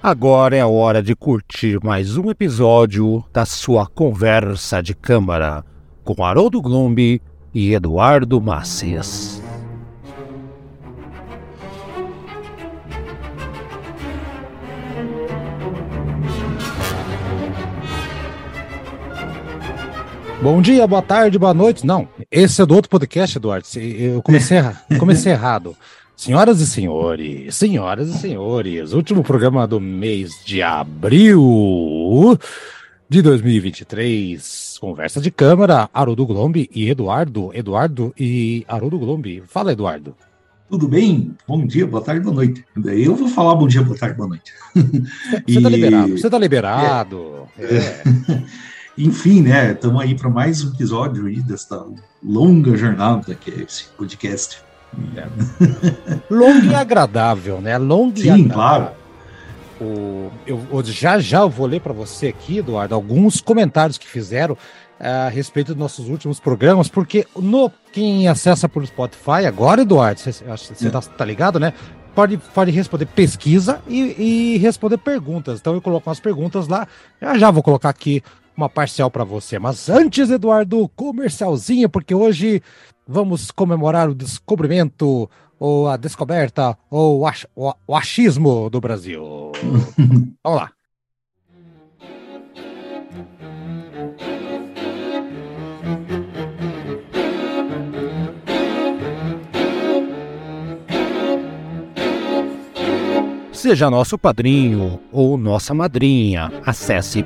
Agora é a hora de curtir mais um episódio da sua Conversa de Câmara com Haroldo Glombi e Eduardo Macias. Bom dia, boa tarde, boa noite. Não, esse é do outro podcast, Eduardo. Eu comecei errado. Senhoras e senhores, último programa do mês de abril de 2023. Conversa de Câmara, Haroldo Glombi e Eduardo e Haroldo Glombi. Fala, Eduardo. Tudo bem? Bom dia, boa tarde, boa noite. Eu vou falar bom dia, boa tarde, boa noite. Você tá liberado. Enfim, né, estamos aí para mais um episódio aí desta longa jornada que é esse podcast. Longo e agradável, né? Sim, claro. Eu já vou ler para você aqui, Eduardo, alguns comentários que fizeram a respeito dos nossos últimos programas, porque quem acessa por Spotify agora, Eduardo, você tá ligado, né? Pode responder pesquisa e responder perguntas. Então eu coloco umas perguntas lá, já vou colocar aqui uma parcial para você. Mas antes, Eduardo, comercialzinho, porque hoje vamos comemorar o descobrimento, ou a descoberta, ou o achismo do Brasil. Vamos lá. Seja nosso padrinho ou nossa madrinha. Acesse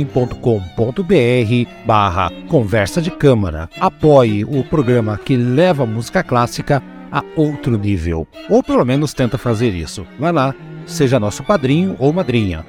padrim.com.br/conversa de câmara. Apoie o programa que leva a música clássica a outro nível. Ou pelo menos tenta fazer isso. Vai lá, seja nosso padrinho ou madrinha.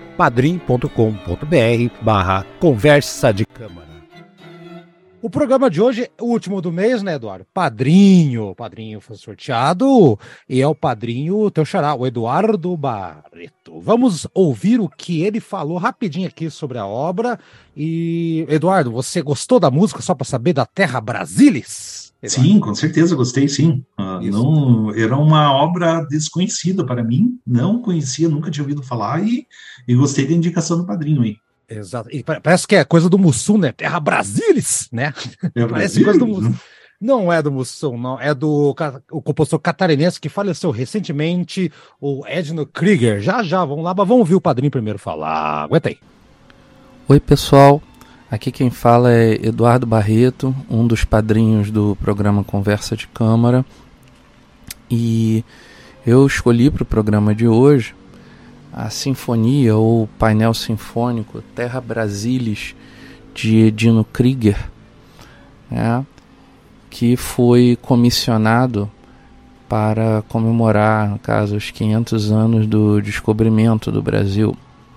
padrim.com.br/conversa de câmara. O programa de hoje, o último do mês, né, Eduardo? Padrinho foi sorteado e é o padrinho teu xará, o Eduardo Barreto. Vamos ouvir o que ele falou rapidinho aqui sobre a obra. E, Eduardo, você gostou da música, só para saber, da Terra Brasilis? Eduardo? Sim, com certeza, gostei, sim. Não, era uma obra desconhecida para mim, não conhecia, nunca tinha ouvido falar e gostei da indicação do padrinho aí. Exato. E parece que é coisa do Mussum, né? Terra Brasilis, né? Parece coisa do Mussum. Não é do Mussum, não. É do o compositor catarinense que faleceu recentemente, o Edno Krieger. Já, vamos lá, mas vamos ouvir o padrinho primeiro falar. Aguenta aí. Oi, pessoal. Aqui quem fala é Eduardo Barreto, um dos padrinhos do programa Conversa de Câmara. E eu escolhi para o programa de hoje a sinfonia ou painel sinfônico Terra Brasilis de Edno Krieger, né, que foi comissionado para comemorar, no caso, os 500 anos do descobrimento do Brasil.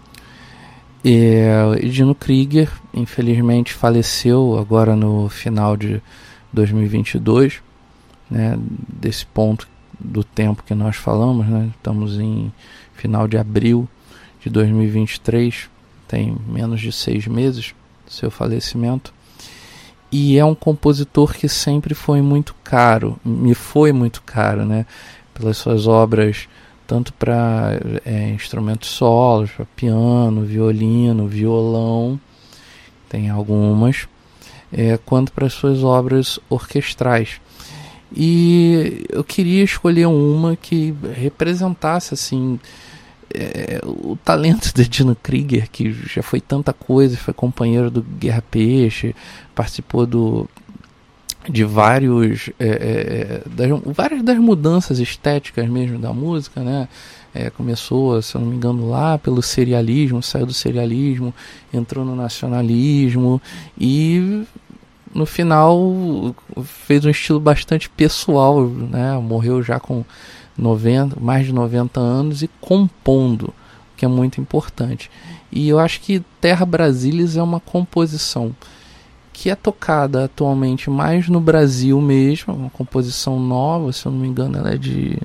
Edno Krieger, infelizmente, faleceu agora no final de 2022, né, desse ponto do tempo que nós falamos, né, estamos em final de abril de 2023, tem menos de 6 meses do seu falecimento, e é um compositor que sempre foi muito caro, me foi muito caro, né, pelas suas obras, tanto para instrumentos solos, para piano, violino, violão, tem algumas, quanto para as suas obras orquestrais. E eu queria escolher uma que representasse assim o talento de Edno Krieger, que já foi tanta coisa, foi companheiro do Guerra Peixe, participou de várias das mudanças estéticas mesmo da música, né? Começou, se eu não me engano, lá pelo serialismo, saiu do serialismo, entrou no nacionalismo e no final fez um estilo bastante pessoal, né? Morreu já com mais de 90 anos e compondo, que é muito importante. E eu acho que Terra Brasilis é uma composição que é tocada atualmente mais no Brasil mesmo, uma composição nova, se eu não me engano ela é de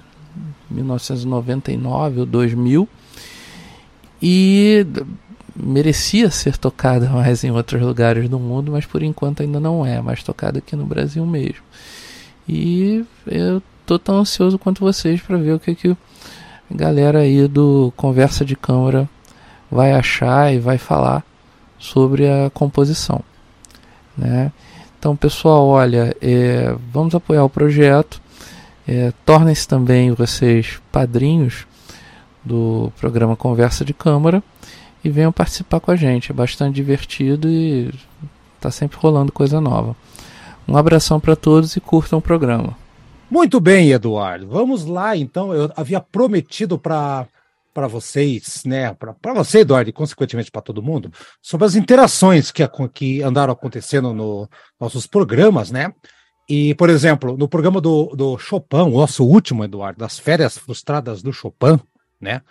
1999 ou 2000, e merecia ser tocada mais em outros lugares do mundo, mas por enquanto ainda não é, mais tocada aqui no Brasil mesmo. E eu tô tão ansioso quanto vocês para ver o que a galera aí do Conversa de Câmara vai achar e vai falar sobre a composição, né? Então, pessoal, olha, vamos apoiar o projeto, tornem-se também vocês padrinhos do programa Conversa de Câmara e venham participar com a gente, é bastante divertido e está sempre rolando coisa nova. Um abração para todos e curtam o programa. Muito bem, Eduardo, vamos lá então. Eu havia prometido para vocês, né, para você, Eduardo, e consequentemente para todo mundo, sobre as interações que andaram acontecendo nos nossos programas, né? E, por exemplo, no programa do Chopin, o nosso último, Eduardo, das férias frustradas do Chopin, né?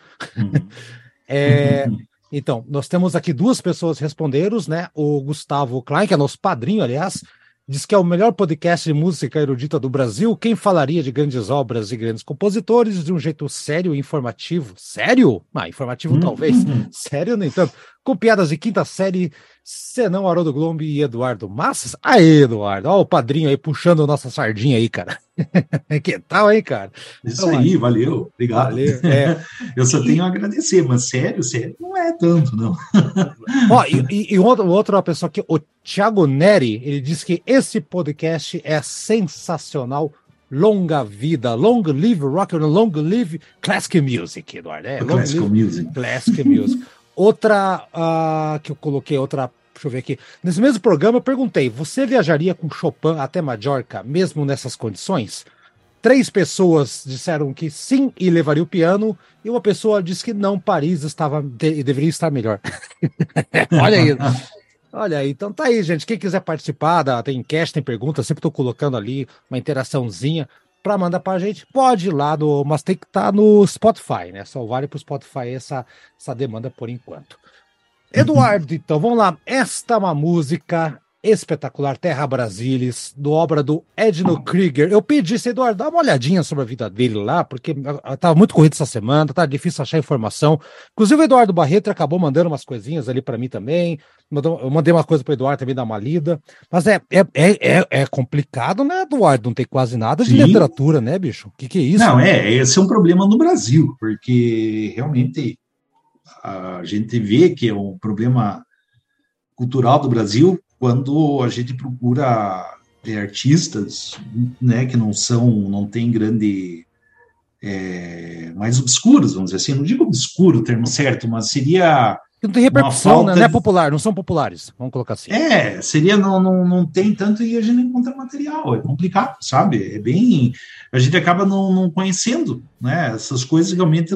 Então, nós temos aqui duas pessoas responderam, né? O Gustavo Klein, que é nosso padrinho, aliás, diz que é o melhor podcast de música erudita do Brasil. Quem falaria de grandes obras e grandes compositores de um jeito sério e informativo? Sério? Informativo talvez. Sério, nem tanto. Com piadas de quinta série, senão Haroldo Glombi e Eduardo Massas. Aí, Eduardo, ó o padrinho aí puxando nossa sardinha aí, cara. Que tal, hein, cara? Isso então, aí, valeu, obrigado. Valeu, Eu só tenho a agradecer, mas sério, não é tanto, não. Ó, e outra pessoa aqui, o Thiago Neri, ele diz que esse podcast é sensacional. Longa vida, long live rock and long live classic music, Eduardo. Classic music. Classic music. Outra que eu coloquei, deixa eu ver aqui. Nesse mesmo programa eu perguntei, você viajaria com Chopin até Majorca, mesmo nessas condições? 3 pessoas disseram que sim e levaria o piano, e uma pessoa disse que não, Paris deveria estar melhor. Olha aí. Olha aí, então tá aí, gente. Quem quiser participar, tem enquete, tem pergunta, sempre tô colocando ali uma interaçãozinha para mandar pra gente, pode ir lá, mas tem que estar no Spotify, né? Só vale pro Spotify essa demanda por enquanto. Eduardo, então, vamos lá. Esta é uma música espetacular, Terra Brasilis, do obra do Edno Krieger. Eu pedi, Eduardo, dá uma olhadinha sobre a vida dele lá, porque tava muito corrido essa semana, tá difícil achar informação. Inclusive o Eduardo Barreto acabou mandando umas coisinhas ali para mim também. Eu mandei uma coisa para o Eduardo também dar uma lida. Mas é complicado, né, Eduardo? Não tem quase nada de literatura, né, bicho? O que é isso? Não, esse é um problema no Brasil, porque realmente a gente vê que é um problema cultural do Brasil quando a gente procura artistas, né, que não tem grande, mais obscuros, vamos dizer assim. Não digo obscuro o termo certo, mas seria não tem repercussão, né? Não é popular, não são populares, vamos colocar assim. Seria, não tem tanto e a gente não encontra material, é complicado, sabe? É bem, a gente acaba não conhecendo, né? Essas coisas realmente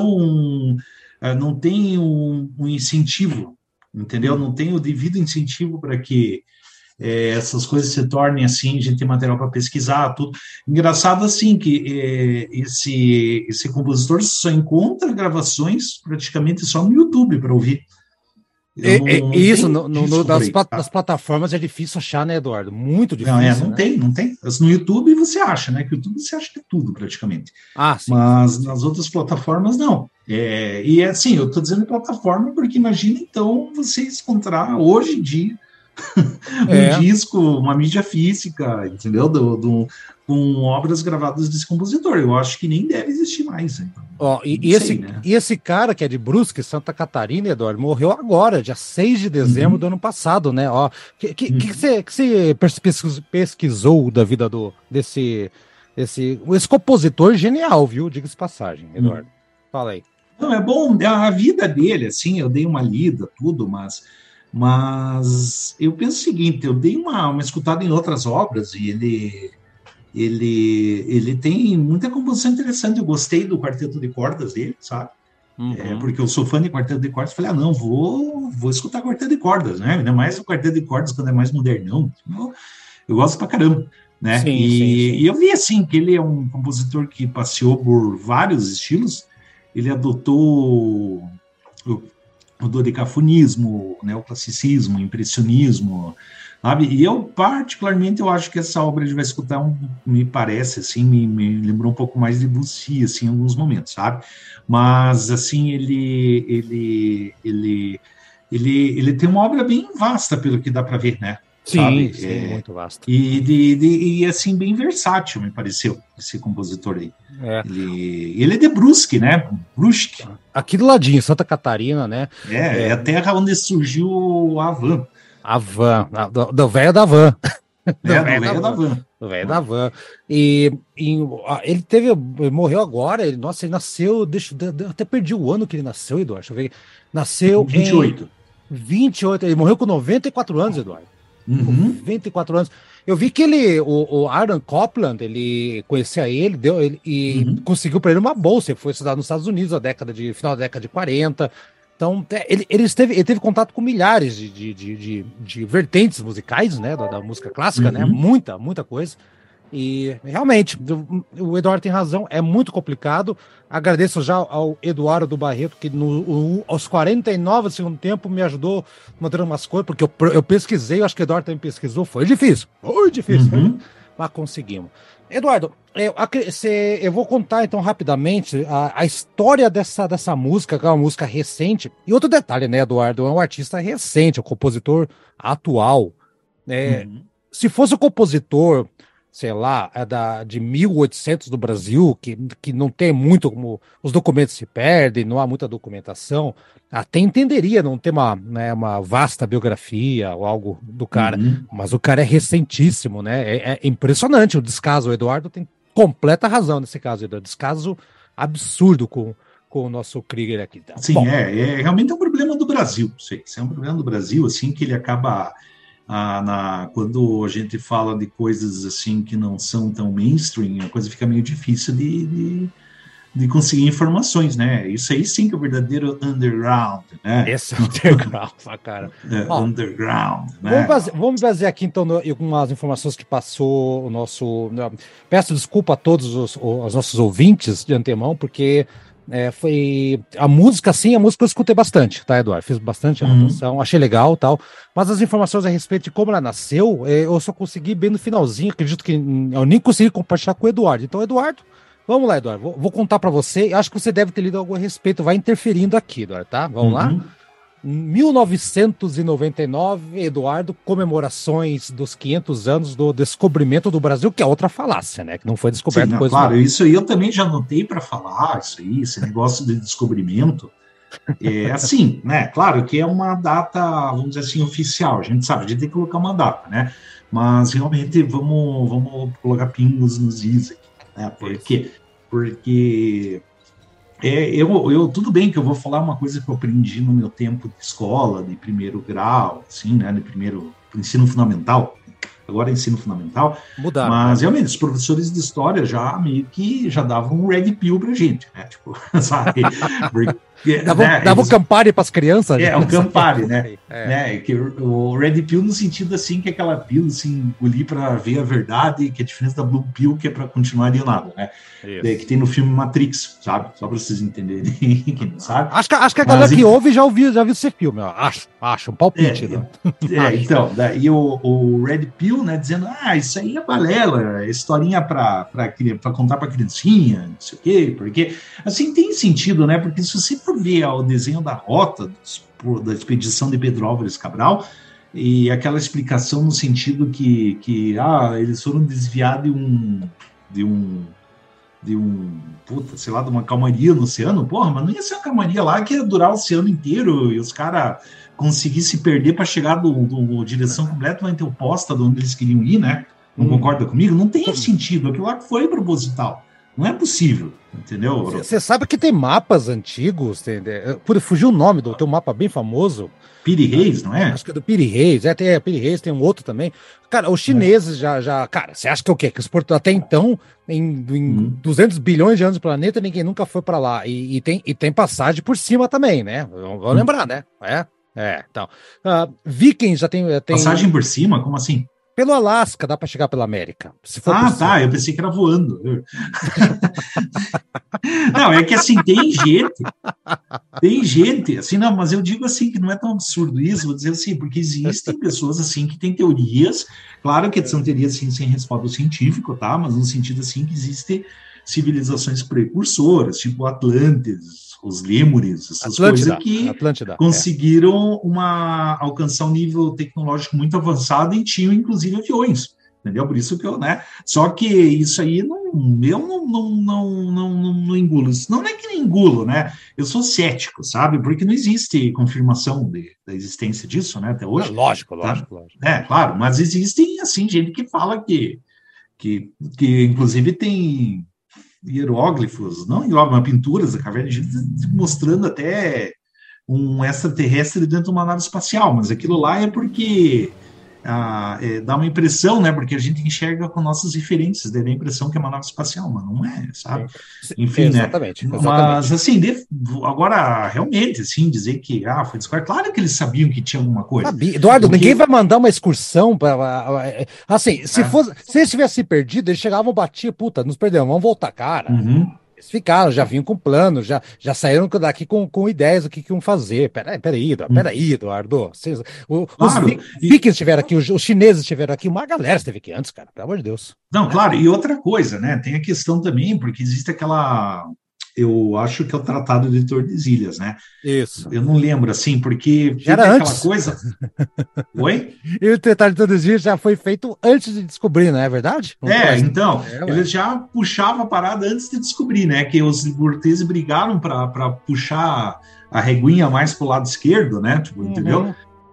não tem um incentivo, entendeu? Não tem o devido incentivo para que essas coisas se tornem assim, a gente tem material para pesquisar, tudo. Engraçado assim que esse compositor só encontra gravações praticamente só no YouTube para ouvir. Isso, nas plataformas é difícil achar, né, Eduardo? Muito difícil. Não tem. No YouTube você acha, né? Que o YouTube você acha de tudo praticamente. Sim. Mas nas outras plataformas não. E assim, eu estou dizendo plataforma porque imagina então você encontrar hoje em dia um disco, uma mídia física, entendeu? Com obras gravadas desse compositor. Eu acho que nem deve existir mais. Então. Esse cara que é de Brusque, Santa Catarina, Eduardo, morreu agora, dia 6 de dezembro do ano passado, né? O que você pesquisou da vida desse compositor genial, viu? Diga-se de passagem, Eduardo. Fala aí. Não, é bom, a vida dele, assim, eu dei uma lida, tudo, mas eu penso o seguinte, eu dei uma escutada em outras obras e ele tem muita composição interessante. Eu gostei do quarteto de cordas dele, sabe? Porque eu sou fã de quarteto de cordas. Falei, não, vou escutar quarteto de cordas, né? Ainda mais o quarteto de cordas quando é mais modernão. Eu gosto pra caramba, né? Sim. E eu vi, assim, que ele é um compositor que passeou por vários estilos. Ele adotou o dodecafonismo, né, o classicismo, o impressionismo, sabe? E eu, particularmente, eu acho que essa obra a gente vai escutar, me parece, assim, me lembrou um pouco mais de Debussy, assim, em alguns momentos, sabe? Mas, assim, ele tem uma obra bem vasta, pelo que dá para ver, né? sabe? Sim, muito vasto. E assim, bem versátil, me pareceu, esse compositor aí. É. Ele é de Brusque, né? Brusque. Aqui do ladinho, Santa Catarina, né? É a terra onde surgiu a van. A van, do velho da van. Do velho da van. Do velho da van. E ele morreu agora, ele nasceu, eu até perdi o ano que ele nasceu, Eduardo, deixa eu ver. Nasceu 28. em 28, ele morreu com 94 anos, Eduardo. 94 anos. Eu vi que o Aaron Copland, ele conhecia ele, conseguiu para ele uma bolsa, ele foi estudar nos Estados Unidos final da década de 40. Então, ele teve contato com milhares de vertentes musicais, né, da música clássica, né, muita coisa. E realmente, o Eduardo tem razão, é muito complicado. Agradeço já ao Eduardo do Barreto, que aos 49 do segundo tempo me ajudou mandando umas coisas, porque eu pesquisei, acho que o Eduardo também pesquisou, foi difícil, mas conseguimos. Eduardo, eu vou contar então rapidamente a história dessa música, que é uma música recente. E outro detalhe, né, Eduardo, é um artista recente, é um compositor atual. Se fosse o compositor, sei lá, de 1800 do Brasil, que não tem muito, como os documentos se perdem, não há muita documentação, até entenderia não ter uma vasta biografia ou algo do cara, mas o cara é recentíssimo, né? É impressionante o descaso. O Eduardo tem completa razão nesse caso, Eduardo. Descaso absurdo com o nosso Krieger aqui. Sim, bom, realmente é um problema do Brasil. Isso é um problema do Brasil, assim, que ele acaba... quando a gente fala de coisas assim que não são tão mainstream, a coisa fica meio difícil de conseguir informações, né? Isso aí sim que é o verdadeiro underground, né? Esse é o underground, cara. Underground, né? Vamos basear aqui, então, em algumas informações que passou o nosso... Peço desculpa a todos os nossos ouvintes de antemão, porque... foi a música eu escutei bastante, tá, Eduardo? Fiz bastante anotação, achei legal e tal, mas as informações a respeito de como ela nasceu, eu só consegui bem no finalzinho, acredito que eu nem consegui compartilhar com o Eduardo. Então, Eduardo, vamos lá, Eduardo, vou contar para você, acho que você deve ter lido algo a respeito, vai interferindo aqui, Eduardo, tá? Vamos lá? 1999, Eduardo, comemorações dos 500 anos do descobrimento do Brasil, que é outra falácia, né? Que não foi descoberto coisa. Claro, nova. Isso aí eu também já anotei para falar, esse negócio de descobrimento. Assim, né? Claro que é uma data, vamos dizer assim, oficial. A gente sabe, a gente tem que colocar uma data, né? Mas realmente vamos colocar pingos nos is aqui, né? Por quê? Porque tudo bem que eu vou falar uma coisa que eu aprendi no meu tempo de escola, de primeiro grau, assim, né, de primeiro ensino fundamental, agora ensino fundamental, mudaram, mas realmente os professores de história já meio que já davam um red pill pra gente, né, tipo, sabe, dava um Campari para as crianças. Um Campari, né, que o red pill no sentido assim, que é aquela pílula assim, engolir para ver a verdade, que é a diferença da blue pill, que é para continuar alienado, né, que tem no filme Matrix, sabe, só para vocês entenderem, quem não sabe. Acho que a galera que ouve já viu esse filme, ó. Acho um palpite, né? Então, daí o red pill, né, dizendo, isso aí é balela, é historinha para contar para criancinha, não sei o quê, porque, assim, tem sentido, né, porque se você for ver o desenho da rota da expedição de Pedro Álvares Cabral, e aquela explicação no sentido que eles foram desviar de uma calmaria no oceano, mas não ia ser uma calmaria lá que ia durar o oceano inteiro e os caras conseguissem se perder para chegar do direção completamente oposta de onde eles queriam ir, né? Não concorda comigo? Não tem sentido, aquilo lá foi proposital. Não é possível, entendeu? Você sabe que tem mapas antigos, fugiu o nome do teu mapa bem famoso. Piri Reis, não é? Acho que é do Piri Reis, tem Piri Reis, tem um outro também. Cara, os chineses já... Cara, você acha que o quê? Que até então, em 200 bilhões de anos do planeta, ninguém nunca foi para lá. E tem passagem por cima também, né? Vamos lembrar, né? Então. Vikings já tem... Passagem por cima? Como assim? Pelo Alasca, dá para chegar pela América. Tá, eu pensei que era voando. Não, é que assim, tem gente, assim, não, mas eu digo assim, que não é tão absurdo isso, vou dizer assim, porque existem pessoas assim que têm teorias, claro que são teorias assim, sem respaldo científico, tá, mas no sentido assim que existe civilizações precursoras, tipo Atlantes, os Lêmures, essas Atlântida, coisas que Atlântida, conseguiram alcançar um nível tecnológico muito avançado e tinham, inclusive, aviões. Entendeu? Por isso que eu, né? Só que isso aí eu não engulo. Isso não é que não engulo, né? Eu sou cético, sabe? Porque não existe confirmação da existência disso, né? Até hoje. Lógico. É, claro, mas existem, assim, gente que fala que inclusive tem hieróglifos, não hieróglifos, mas pinturas da caverna de Egito mostrando até um extraterrestre dentro de uma nave espacial, mas aquilo lá é porque dá uma impressão, né? Porque a gente enxerga com nossas referências, dá a impressão que é uma nave espacial, mas não é, sabe? Enfim, exatamente. Mas, assim, agora, realmente, assim, dizer que foi descoberto, claro que eles sabiam que tinha alguma coisa. Eduardo, ninguém vai mandar uma excursão para. Assim, se eles tivessem perdido, eles chegavam, batiam, puta, nos perdemos, vamos voltar, cara. Uhum. Eles ficaram, já vinham com plano, já saíram daqui com ideias do que iam fazer. Peraí, Eduardo. Os vikings estiveram aqui, os chineses estiveram aqui, uma galera esteve aqui antes, cara, pelo amor de Deus. Não, claro, e outra coisa, né? Tem a questão também, porque existe eu acho que é o Tratado de Tordesilhas, né? Isso. Eu não lembro, assim, porque já era aquela antes. coisa. Oi? E o Tratado de Tordesilhas já foi feito antes de descobrir, não é verdade? Então, eles já puxavam a parada antes de descobrir, né? Que os corteses brigaram para puxar a reguinha mais para o lado esquerdo, né? Tipo, entendeu?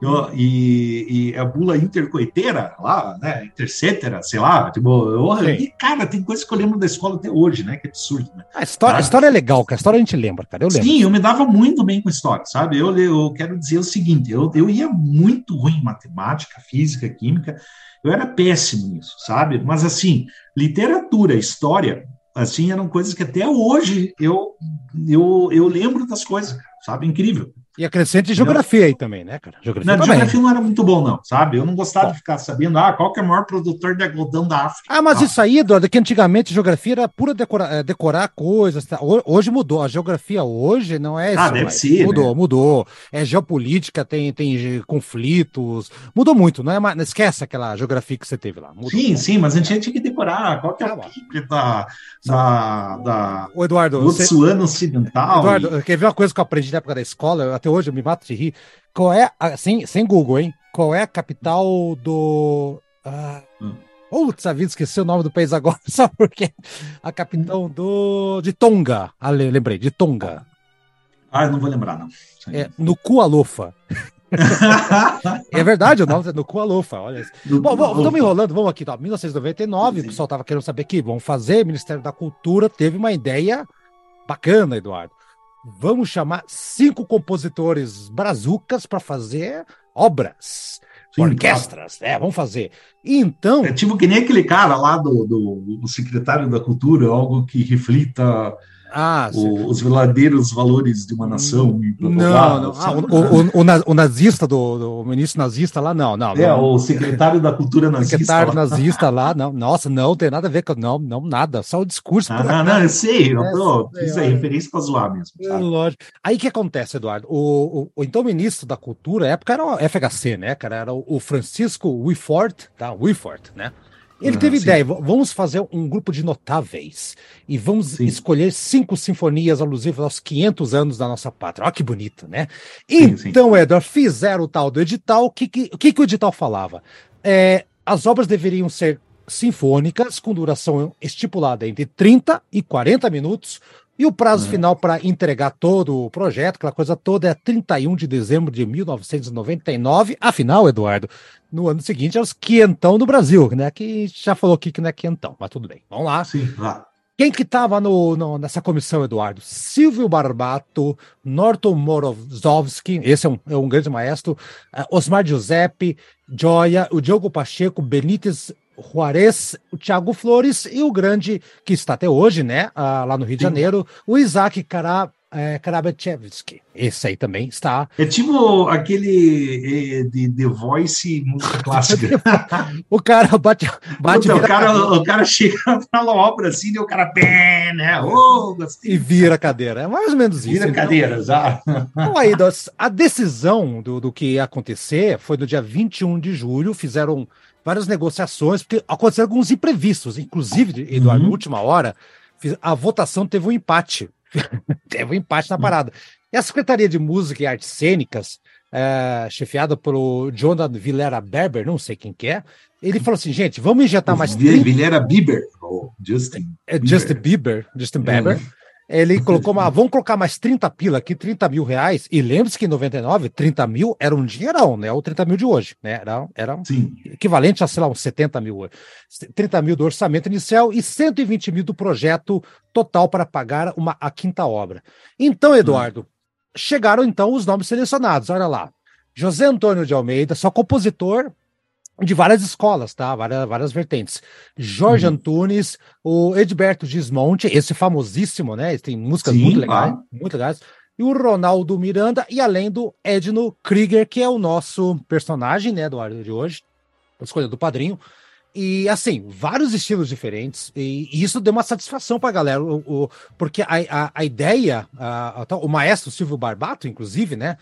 E a bula intercoiteira lá, né? Intercetera, sei lá. Tipo, cara, tem coisa que eu lembro da escola até hoje, né? Que absurdo, né? A história é legal, cara. A história a gente lembra, cara. Eu lembro. Sim, eu me dava muito bem com história, sabe? Eu quero dizer o seguinte: eu ia muito ruim em matemática, física, química. Eu era péssimo nisso, sabe? Mas, assim, literatura, história, assim, eram coisas que até hoje eu lembro das coisas, sabe? Incrível. E acrescente geografia aí também, né, cara? Geografia não era muito bom, não, sabe? Eu não gostava de ficar sabendo, qual que é o maior produtor de algodão da África. Mas isso aí, Eduardo, que antigamente geografia era pura decorar coisas. Tá? Hoje mudou. A geografia hoje não é isso. Deve ser, Mudou. É geopolítica, tem conflitos. Mudou muito, não é mais. Esquece aquela geografia que você teve lá. Mudou. Sim, mas a gente tinha que decorar qual que é o PIB da Botsuana Ocidental. Eduardo, quer ver uma coisa que eu aprendi na época da escola? Até hoje eu me mato de rir. Qual é, sem Google, hein? Qual é a capital do... Putz, a vida, esqueci o nome do país agora, só porque a capital de Tonga. Lembrei, de Tonga. Eu não vou lembrar, não. Nuku'alofa. É verdade, o nome é Nuku'alofa, olha isso. Bom, estamos enrolando, vamos aqui, 1999, o pessoal estava querendo saber que vão fazer, o Ministério da Cultura teve uma ideia bacana, Eduardo. Vamos chamar 5 compositores brazucas para fazer obras, orquestras, vamos fazer. Então... É tipo que nem aquele cara lá do secretário da Cultura, algo que reflita os verdadeiros valores de uma nação. Não. O nazista, o ministro nazista lá, não. O secretário da Cultura nazista. Secretário nazista lá, não. Nossa, não tem nada a ver com... Não, nada. Só o discurso. Não, eu sei. Isso é referência para zoar mesmo. Sabe? Lógico. Aí o que acontece, Eduardo? Então o ministro da Cultura, na época era o FHC, né, cara? Era o Francisco Willfort, né? Ele teve ideia, vamos fazer um grupo de notáveis e vamos escolher 5 sinfonias alusivas aos 500 anos da nossa pátria. Olha que bonito, né? Então, Eduardo, fizeram o tal do edital. O que o edital falava? As obras deveriam ser sinfônicas, com duração estipulada entre 30 e 40 minutos, e o prazo final para entregar todo o projeto, aquela coisa toda, é 31 de dezembro de 1999. Afinal, Eduardo, no ano seguinte é os quinhentão do Brasil, né? Que já falou aqui que não é quinhentão, mas tudo bem. Vamos lá. Sim, lá. Quem que estava nessa comissão, Eduardo? Silvio Barbato, Norton Morozowski, esse é um grande maestro, Osmar Giuseppe, Gioia, o Diogo Pacheco, Benítez Juarez, o Thiago Flores e o grande, que está até hoje, né, lá no Rio de Janeiro, o Isaac Karabachevsky. Esse aí também está. É tipo aquele de The Voice, música clássica. O cara bate o cara chega na obra assim, e o cara né? E vira a cadeira. É mais ou menos isso. Vira a cadeira, já. Então, aí, a decisão do que ia acontecer foi no dia 21 de julho, fizeram várias negociações, porque aconteceram alguns imprevistos, inclusive, Eduardo, na última hora, A votação teve um empate. Teve um empate na parada. E a Secretaria de Música e Artes Cênicas, chefiada pelo Jonathan Villela Berber, não sei quem que é, ele falou assim, gente, vamos injetar mais... Villela Bieber, ou Justin Bieber. Justin Bieber. Ele colocou vamos colocar mais 30 pila aqui, 30 mil reais, e lembre-se que em 99, 30 mil era um dinheirão, né? O 30 mil de hoje, né? Era equivalente a, sei lá, uns 70 mil. 30 mil do orçamento inicial e 120 mil do projeto total para pagar a quinta obra. Então, Eduardo, chegaram então os nomes selecionados, olha lá. José Antônio de Almeida, só compositor de várias escolas, tá? Várias vertentes. Jorge Antunes, o Edberto Gismonti, esse famosíssimo, né? Ele tem músicas muito legais. E o Ronaldo Miranda, e além do Edno Krieger, que é o nosso personagem, né, Eduardo, de hoje, a escolha do padrinho. E, assim, vários estilos diferentes, e isso deu uma satisfação pra galera, porque a ideia, o maestro Silvio Barbato, inclusive, né,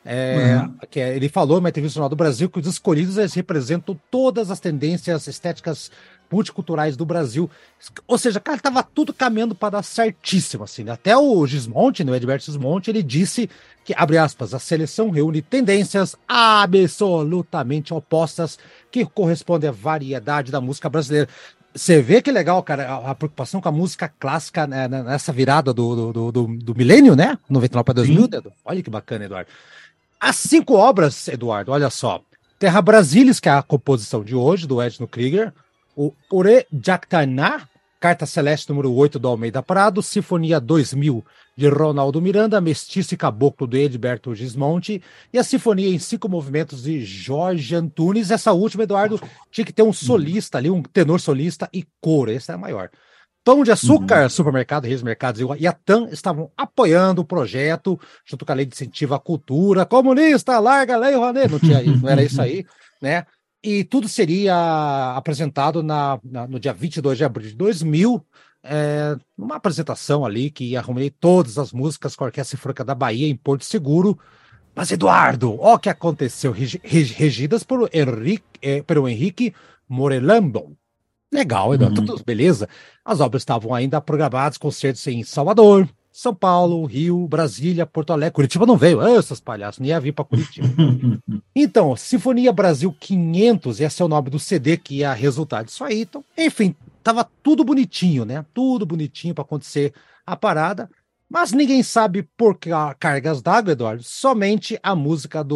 ele falou numa entrevista no Jornal do Brasil que os escolhidos eles representam todas as tendências estéticas multiculturais do Brasil. Ou seja, cara, tava tudo caminhando para dar certíssimo, assim, né? Até o Gismonti, no Edberto Gismonti, ele disse que, abre aspas, a seleção reúne tendências absolutamente opostas que correspondem à variedade da música brasileira. Você vê que legal, cara, a preocupação com a música clássica, né, nessa virada do milênio, né? 99 para 2000, Dedo. Olha que bacana, Eduardo. As 5 obras, Eduardo, olha só. Terra Brasilis, que é a composição de hoje, do Edno Krieger. O Ore Jactaná, Carta Celeste número 8, do Almeida Prado. Sinfonia 2000, de Ronaldo Miranda. Mestiço e Caboclo, do Edberto Gismonti. E a Sinfonia em 5 movimentos, de Jorge Antunes. Essa última, Eduardo, tinha que ter um solista ali, um tenor solista e coro. Esse é maior. Pão de Açúcar, Supermercado, Reis Mercados e a TAM estavam apoiando o projeto, junto com a Lei de Incentivo à Cultura. Comunista, larga a Lei Rouanet. Não era isso aí, né? E tudo seria apresentado no dia 22 de abril de 2000, numa apresentação ali que ia reunir todas as músicas com a Orquestra Sinfônica da Bahia em Porto Seguro. Mas, Eduardo, olha o que aconteceu. Regidas por Henrique Morelambon. Legal, Eduardo, tudo beleza. As obras estavam ainda programadas, concertos em Salvador, São Paulo, Rio, Brasília, Porto Alegre. Curitiba não veio, essas palhaços, nem ia vir para Curitiba. Então, Sinfonia Brasil 500, esse é o nome do CD que ia resultar disso aí. Então, enfim, tava tudo bonitinho, né? Tudo bonitinho para acontecer a parada. Mas ninguém sabe por que cargas d'água, Eduardo. Somente a música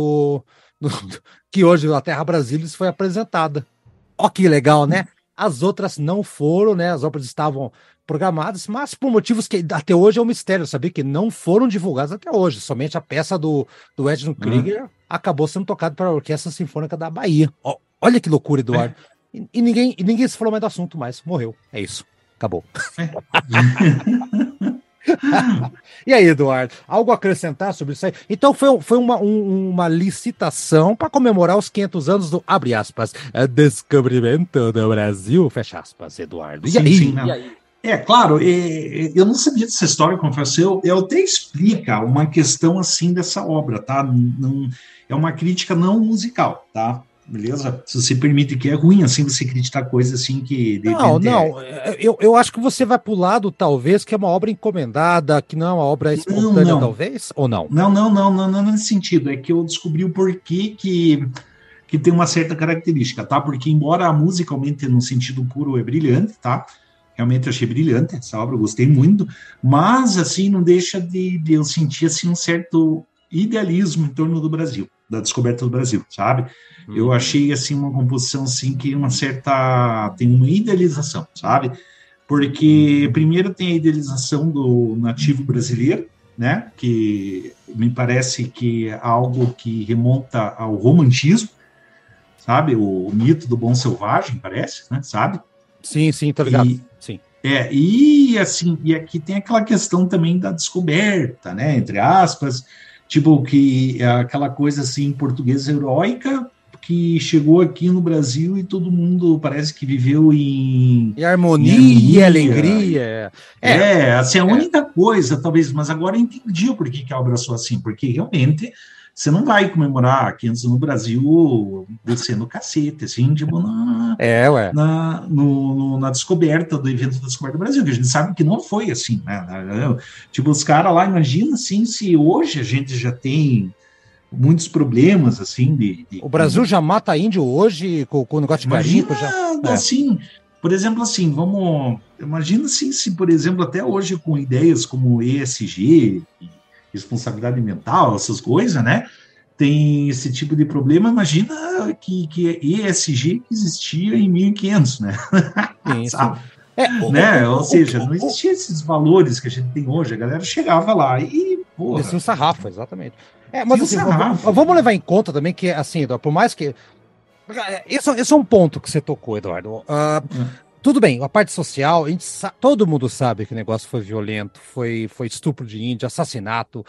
que hoje a Terra Brasilis foi apresentada. Ó que legal, né? As outras não foram, né? As obras estavam programadas, mas por motivos que até hoje é um mistério, saber que não foram divulgadas até hoje. Somente a peça do Edno Krieger acabou sendo tocada pela Orquestra Sinfônica da Bahia. Olha que loucura, Eduardo. E ninguém se falou mais do assunto mais. Morreu. É isso. Acabou. E aí, Eduardo, algo a acrescentar sobre isso aí? Então foi uma licitação para comemorar os 500 anos do, abre aspas, descobrimento do Brasil, fecha aspas, Eduardo. E aí? Claro, eu não sabia dessa história, confesso, eu até explica uma questão assim dessa obra, tá? Não, é uma crítica não musical, tá? Beleza? Se você permite, que é ruim assim você criticar coisas assim que... Não, eu acho que você vai pro lado, talvez, que é uma obra encomendada, que não é uma obra espontânea, talvez, ou não? Não nesse sentido, é que eu descobri o porquê que tem uma certa característica, tá? Porque embora musicalmente no sentido puro é brilhante, tá? Realmente eu achei brilhante essa obra, eu gostei muito, mas assim, não deixa de eu sentir assim um certo idealismo em torno do Brasil, da descoberta do Brasil, sabe? Eu achei, assim, uma composição, assim, que tem uma idealização, sabe? Porque, primeiro, tem a idealização do nativo brasileiro, né? Que me parece que é algo que remonta ao romantismo, sabe? O mito do bom selvagem, parece, né? Sabe? Sim, tá ligado. Sim. E aqui tem aquela questão também da descoberta, né? Entre aspas, tipo, que é aquela coisa, assim, portuguesa heróica, que chegou aqui no Brasil e todo mundo parece que viveu em harmonia e alegria. A única coisa, talvez, mas agora eu entendi o porquê que a obra sou assim, porque realmente você não vai comemorar 500 no Brasil descendo o cacete, assim, tipo, não, na descoberta do evento da Descoberta do Brasil, que a gente sabe que não foi assim, né? Tipo, os caras lá, imagina assim, se hoje a gente já tem muitos problemas, assim, O Brasil já mata índio hoje com o negócio de garimpo, assim, por exemplo, assim, imagina assim, se, por exemplo, até hoje com ideias como ESG, responsabilidade ambiental, essas coisas, né, tem esse tipo de problema, imagina que ESG existia em 1500, né? Sim, sim. Né? Ou seja, não existiam esses valores que a gente tem hoje, a galera chegava lá e, porra... Descia um sarrafo, exatamente. Mas assim, vamos levar em conta também que, assim, Eduardo, por mais que... Esse é um ponto que você tocou, Eduardo. Tudo bem, a parte social, todo mundo sabe que o negócio foi violento, foi estupro de índio, assassinato,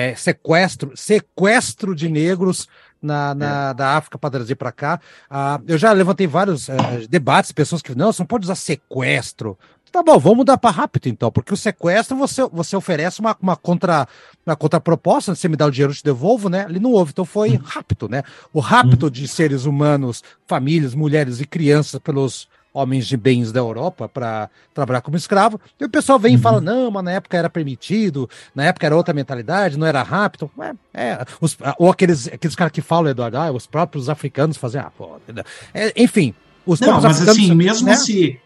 sequestro de negros da África para trazer para cá. Eu já levantei vários debates, pessoas que não, você não pode usar sequestro. Tá bom, vamos mudar para rápido então, porque o sequestro você oferece uma contraproposta, você me dá o dinheiro, eu te devolvo, né? Ali não houve, então foi rápido, né? O rapto de seres humanos, famílias, mulheres e crianças pelos homens de bens da Europa para trabalhar como escravo, e o pessoal vem e fala, não, mas na época era permitido, na época era outra mentalidade, não era rápido, ou aqueles caras que falam, Eduardo, os próprios africanos fazem, enfim, os próprios africanos... Mas assim, mesmo né?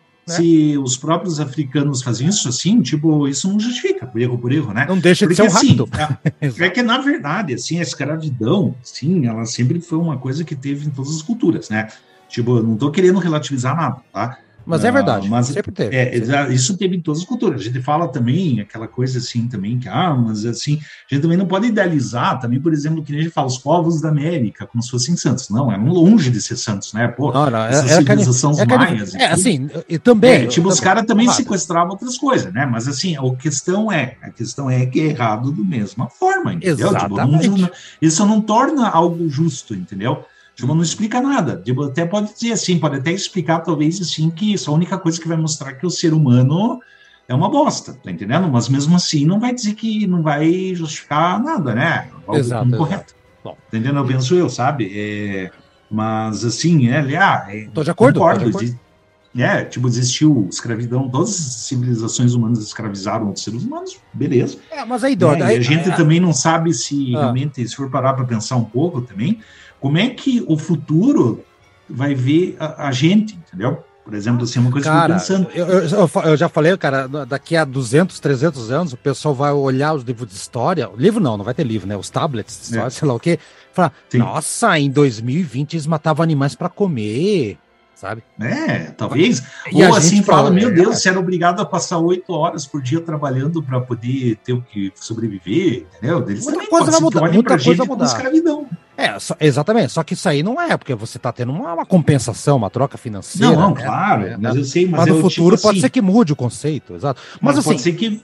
Se os próprios africanos faziam isso assim, tipo, isso não justifica, por erro, né? Não deixa de ser um rápido. É que, na verdade, assim, a escravidão, sim, ela sempre foi uma coisa que teve em todas as culturas, né? Tipo, eu não estou querendo relativizar nada, tá? Mas é verdade, mas sempre teve. Isso teve em todas as culturas. A gente fala também, aquela coisa assim também, que, mas assim, a gente também não pode idealizar também, por exemplo, que nem a gente fala, os povos da América, como se fossem santos. Não, eram longe de ser santos, né? Pô, essas civilizações maias. Assim, e também... os caras também sequestravam outras coisas, né? Mas assim, a questão é que é errado da mesma forma, entendeu? Exatamente. Tipo, isso não torna algo justo, entendeu? Tipo, não explica nada. Tipo, até pode dizer assim, pode até explicar, talvez, assim, que isso é a única coisa que vai mostrar que o ser humano é uma bosta, tá entendendo? Mas mesmo assim, não vai dizer que não vai justificar nada, né? Algo incorreto. Bom, entendendo? Eu penso sabe? Mas assim, tô de acordo. Concordo. Tipo, existiu escravidão, todas as civilizações humanas escravizaram outros seres humanos, beleza. Mas aí, Eduardo... E a gente também não sabe se realmente, se for parar para pensar um pouco também, como é que o futuro vai ver a gente, entendeu? Por exemplo, assim, uma coisa que eu estou pensando. Eu já falei, cara, daqui a 200, 300 anos, o pessoal vai olhar os livros de história, livro não vai ter livro, né? Os tablets de história, sei lá o quê, falar, nossa, em 2020 eles matavam animais para comer, sabe? Talvez. Ou assim, fala, meu Deus, você era obrigado a passar 8 horas por dia trabalhando para poder ter o que sobreviver, entendeu? Eles muita coisa vai mudar, muita coisa vai mudar. Escravidão. Exatamente, só que isso aí não é, porque você está tendo uma compensação, uma troca financeira. Não, claro, mas eu sei, mas no futuro pode ser que mude o conceito, exato. Mas assim, pode ser que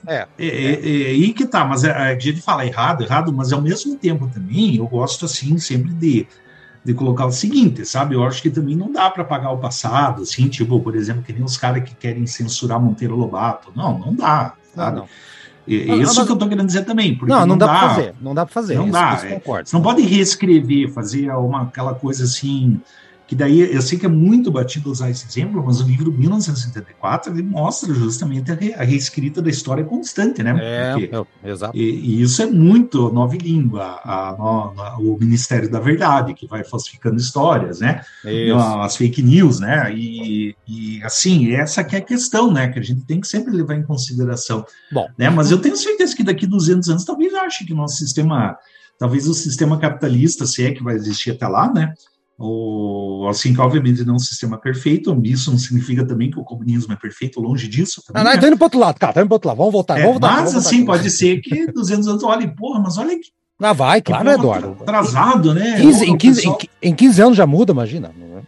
aí que tá, mas a gente fala errado, mas ao mesmo tempo também eu gosto assim sempre de colocar o seguinte, sabe? Eu acho que também não dá para pagar o passado, assim, tipo, por exemplo, que nem os caras que querem censurar Monteiro Lobato. Não dá, sabe? Não. Isso que eu tô querendo dizer também. Porque não dá para fazer. Não dá para fazer. Não dá. Você não pode reescrever, fazer aquela coisa assim. Que daí, eu sei que é muito batido usar esse exemplo, mas o livro 1974 ele mostra justamente a reescrita da história constante, né? Exato. E isso é muito nova língua, o Ministério da Verdade, que vai falsificando histórias, né? As fake news, né? E assim, essa que é a questão, né? Que a gente tem que sempre levar em consideração. Bom, né? Mas eu tenho certeza que daqui a 200 anos, talvez ache que o nosso sistema, talvez o sistema capitalista, se é que vai existir até lá, né? Assim, que obviamente não é um sistema perfeito, isso não significa também que o comunismo é perfeito, longe disso. Também, tá indo para outro lado, cara, vamos voltar. Mas assim, pode ser que 200 anos, olha, mas olha que... vai, claro, né, Eduardo? Atrasado, né? Em 15 anos já muda, imagina.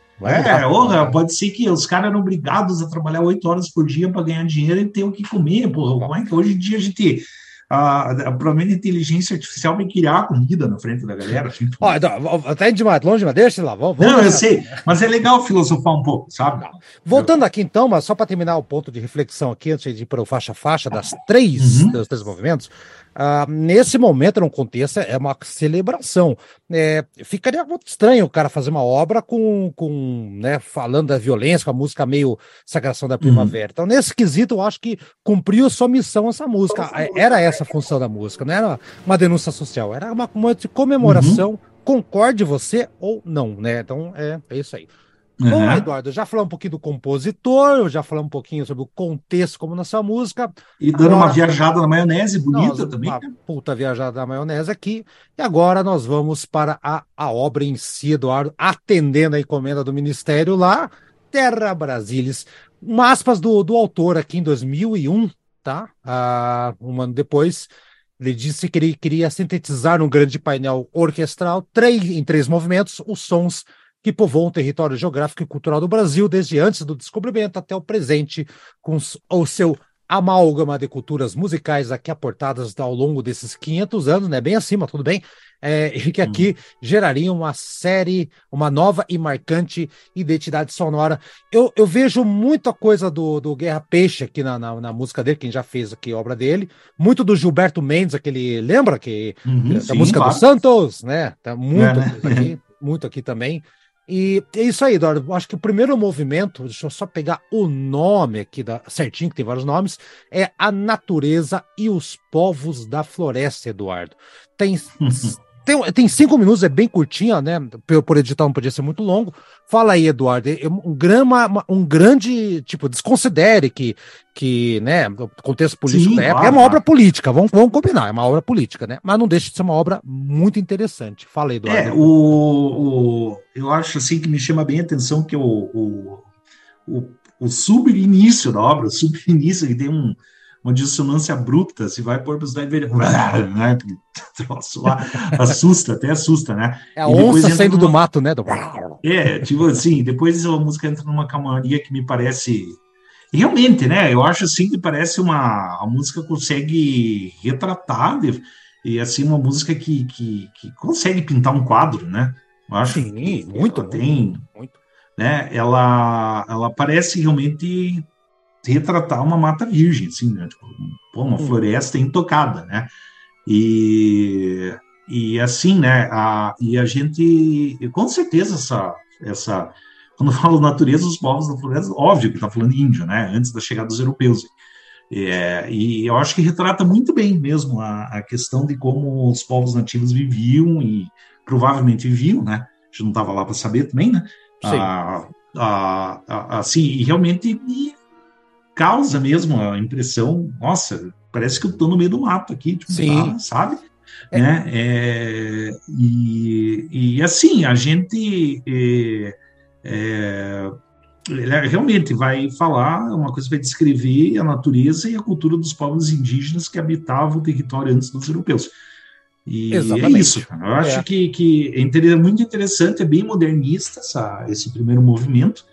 Pode ser que os caras eram obrigados a trabalhar 8 horas por dia para ganhar dinheiro e ter o que comer, como é que hoje em dia a gente... provavelmente a inteligência artificial vai criar comida na frente da galera. Assim, até demais, longe, mas deixa lá. Vamos não, eu sei, mas é legal filosofar um pouco, sabe? Voltando aqui então, mas só para terminar o ponto de reflexão aqui, antes de ir para o faixa-faixa dos três movimentos, Nesse momento, no contexto, é uma celebração. Ficaria muito estranho o cara fazer uma obra né, falando da violência, com a música meio Sagração da Primavera. Então, nesse quesito, eu acho que cumpriu sua missão essa música. Era essa a função da música, não era uma denúncia social, era uma de comemoração, concorde você ou não, né? Então, é isso aí. Bom, Eduardo, já falamos um pouquinho do compositor, já falamos um pouquinho sobre o contexto como na sua música. E dando uma viajada na maionese bonita também. Uma puta viajada na maionese aqui. E agora nós vamos para a obra em si, Eduardo, atendendo a encomenda do Ministério lá, Terra Brasilis. Uma aspas do autor aqui em 2001, tá? Um ano depois, ele disse que ele queria sintetizar num grande painel orquestral, em 3 movimentos, os sons que povoam o território geográfico e cultural do Brasil desde antes do descobrimento até o presente, com o seu amálgama de culturas musicais aqui aportadas ao longo desses 500 anos, né? Bem acima, tudo bem? E que aqui geraria uma nova e marcante identidade sonora. Eu vejo muita coisa do Guerra Peixe aqui na música dele, quem já fez aqui a obra dele, muito do Gilberto Mendes, aquele, lembra? Da música do Santos, né? Tá muito aqui também. E é isso aí, Eduardo. Acho que o primeiro movimento, deixa eu só pegar o nome aqui certinho, que tem vários nomes, é A Natureza e os Povos da Floresta, Eduardo. Tem 5 minutos, é bem curtinho, né? Por edital não podia ser muito longo. Fala aí, Eduardo. Um grande, tipo, desconsidere que né, o contexto político da época é uma obra política, vamos combinar, é uma obra política, né? Mas não deixa de ser uma obra muito interessante. Fala aí, Eduardo. Eu acho assim que me chama bem a atenção que o subinício da obra, o subinício que tem uma dissonância abrupta, se vai pôr para os né? Troço lá, até assusta, né? É a onça saindo do mato, né? Tipo assim, depois a música entra numa calmaria que me parece... Realmente, né? Eu acho assim que parece a música consegue retratar, e assim, uma música que consegue pintar um quadro, né? Eu acho que muito. Né? Ela parece realmente retratar uma mata virgem, assim, né? Tipo, uma floresta intocada, né? E assim, né? E a gente, com certeza, essa quando eu falo natureza, os povos da floresta, óbvio que está falando índio, né? Antes da chegada dos europeus. E eu acho que retrata muito bem mesmo a questão de como os povos nativos viviam e provavelmente viviam, né? A gente não estava lá para saber também, né? Assim, e realmente causa mesmo a impressão, nossa, parece que eu estou no meio do mato aqui, tipo, sabe? Né? E assim, a gente realmente vai falar, uma coisa vai descrever a natureza e a cultura dos povos indígenas que habitavam o território antes dos europeus. E exatamente. É isso, cara. Eu acho que é muito interessante, é bem modernista esse primeiro movimento.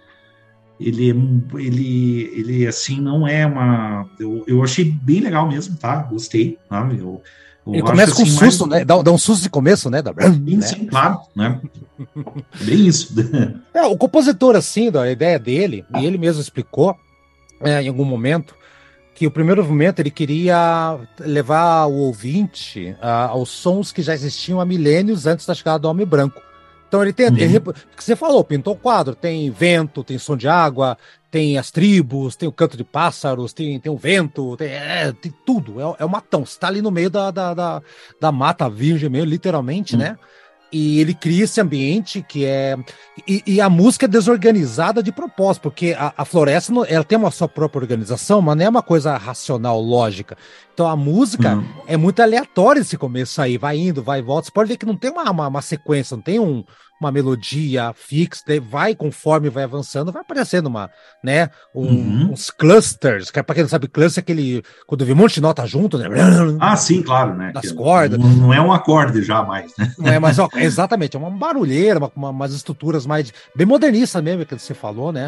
Ele assim, não é uma... Eu achei bem legal mesmo, tá? Gostei, sabe? Ele começa com um susto, né? Dá um susto de começo, né? Sim, claro, né? Bem isso. O compositor, assim, a ideia dele, e ele mesmo explicou em algum momento, que o primeiro movimento ele queria levar o ouvinte aos sons que já existiam há milênios antes da chegada do homem branco. Então ele tem, que você falou, pintou o quadro, tem vento, tem som de água, tem as tribos, tem o canto de pássaros, tem o vento, tem tudo, é o matão, você está ali no meio da mata virgem, meio literalmente, né? E ele cria esse ambiente que é... E a música é desorganizada de propósito, porque a floresta ela tem uma sua própria organização, mas não é uma coisa racional, lógica. Então a música é muito aleatória esse começo aí, vai indo, vai e volta. Você pode ver que não tem uma sequência, não tem uma melodia fixa, vai conforme vai avançando, vai aparecendo uns clusters, que para quem não sabe, cluster é aquele, quando vê um monte de nota junto, né? Sim, claro, né? Das cordas. Não é um acorde já mais, né? Não é, mas exatamente, é uma barulheira, umas estruturas mais bem modernistas mesmo, que você falou, né?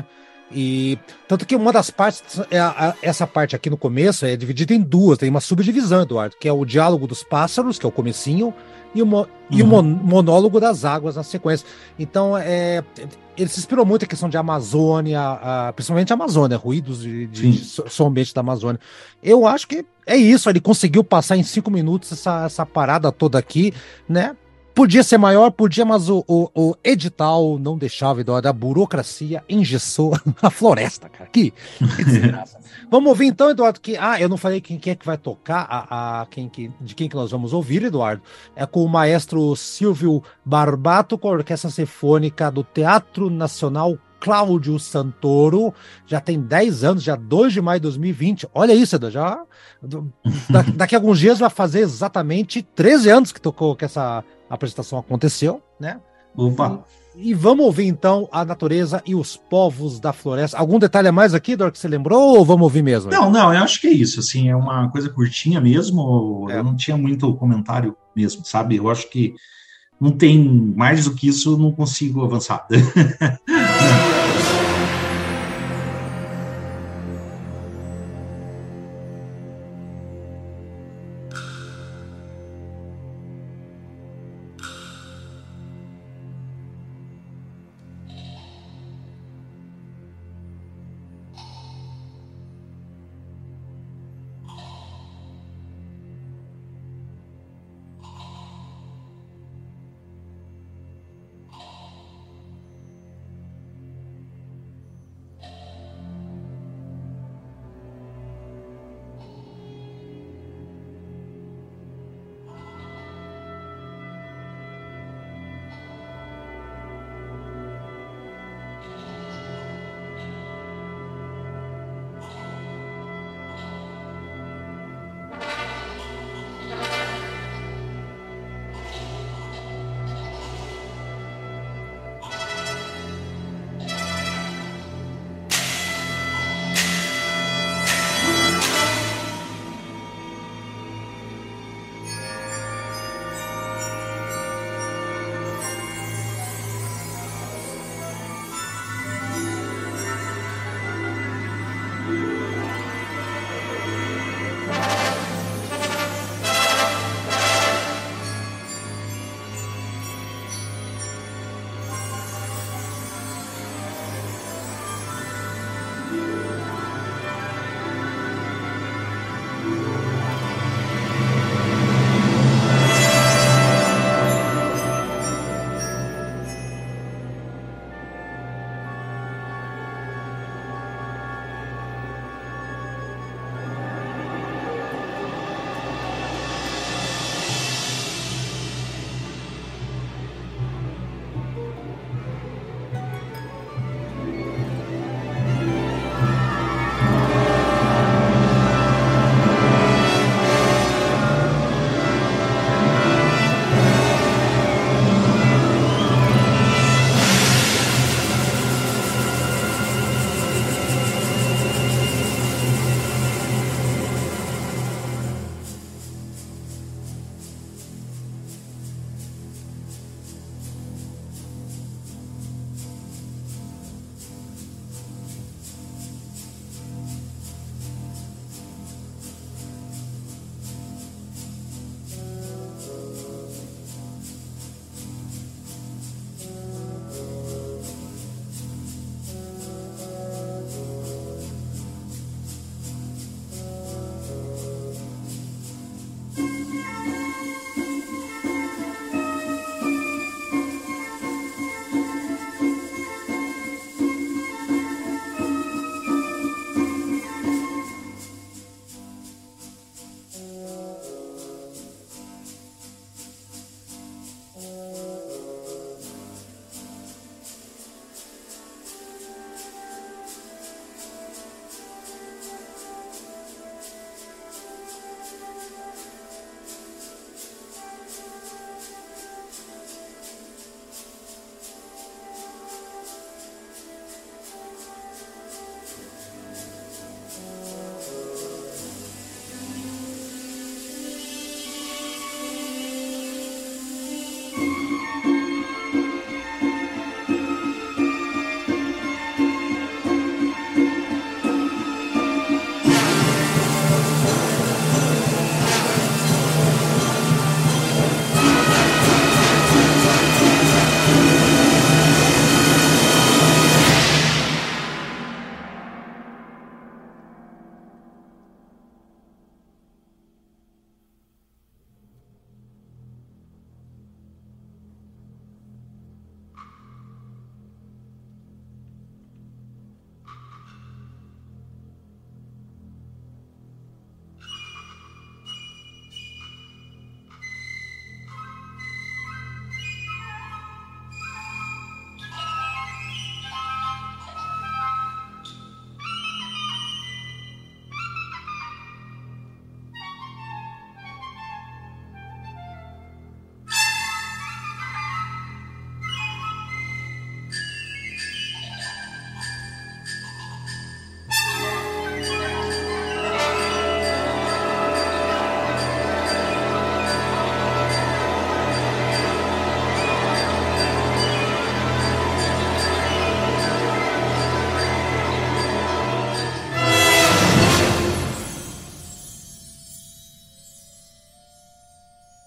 E tanto que uma das partes, essa parte aqui no começo é dividida em duas, tem uma subdivisão, Eduardo, que é o diálogo dos pássaros, que é o comecinho, e o monólogo das águas na sequência. Então, ele se inspirou muito em questão de Amazônia, principalmente a Amazônia, ruídos de som ambiente da Amazônia. Eu acho que é isso, ele conseguiu passar em 5 minutos essa parada toda aqui, né? Podia ser maior, podia, mas o edital não deixava, Eduardo. A burocracia engessou a floresta, cara. Que desgraça. Vamos ouvir então, Eduardo, que... eu não falei quem é que vai tocar, de quem que nós vamos ouvir, Eduardo. É com o maestro Silvio Barbato, com a Orquestra Sinfônica do Teatro Nacional Cláudio Santoro. Já tem 10 anos, já 2 de maio de 2020. Olha isso, Eduardo, daqui a alguns dias vai fazer exatamente 13 anos que essa apresentação aconteceu, né? Opa! E vamos ouvir então a natureza e os povos da floresta. Algum detalhe a mais aqui, Dor, que você lembrou, ou vamos ouvir mesmo? Não, eu acho que é isso, assim, é uma coisa curtinha mesmo, eu não tinha muito comentário mesmo, sabe? Eu acho que não tem mais do que isso, não consigo avançar.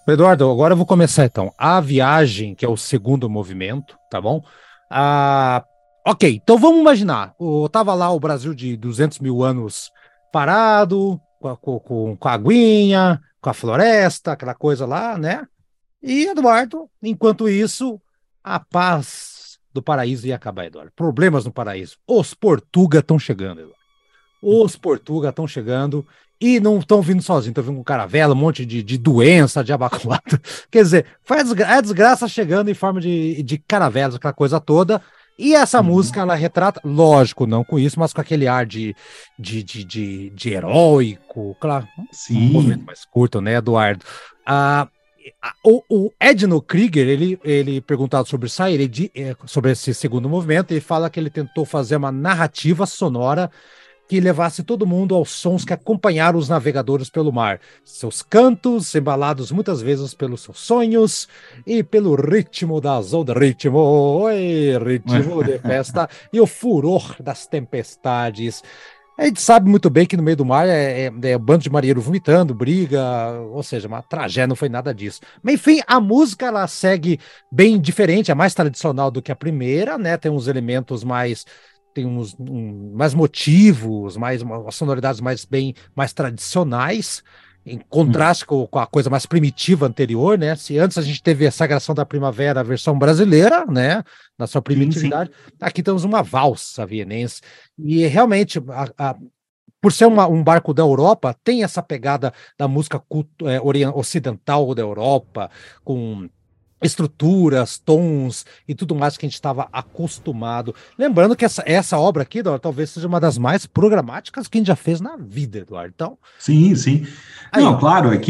Eduardo, agora eu vou começar então. A viagem, que é o segundo movimento, tá bom? Ah, ok, então vamos imaginar. Tava lá o Brasil de 200 mil anos parado, com a aguinha, com a floresta, aquela coisa lá, né? E, Eduardo, enquanto isso, a paz do paraíso ia acabar, Eduardo. Problemas no paraíso. Os Portuga estão chegando, Eduardo. Os Portuga estão chegando e não estão vindo sozinhos, estão vindo com caravela, um monte de doença, de abaculado. Quer dizer, foi a desgraça chegando em forma de caravelas, aquela coisa toda. E essa música, ela retrata, lógico, não com isso, mas com aquele ar de heróico, claro, um movimento mais curto, né, Eduardo? O Edno Krieger, ele perguntado sobre isso, sobre esse segundo movimento, ele fala que ele tentou fazer uma narrativa sonora que levasse todo mundo aos sons que acompanharam os navegadores pelo mar. Seus cantos, embalados muitas vezes pelos seus sonhos e pelo ritmo das ondas. Ritmo de festa e o furor das tempestades. A gente sabe muito bem que no meio do mar é um bando de marinheiro vomitando, briga, ou seja, uma tragédia, não foi nada disso. Mas enfim, a música ela segue bem diferente, é mais tradicional do que a primeira, né? Tem uns elementos tem mais motivos, umas sonoridades mais tradicionais, em contraste com a coisa mais primitiva anterior, né? Se antes a gente teve a Sagração da Primavera, a versão brasileira, né? Na sua primitividade, aqui temos uma valsa vienense. E realmente, por ser um barco da Europa, tem essa pegada da música ocidental da Europa, com estruturas, tons e tudo mais que a gente estava acostumado. Lembrando que essa obra aqui, Eduardo, talvez seja uma das mais programáticas que a gente já fez na vida, Eduardo. Então, sim. Não, claro, é que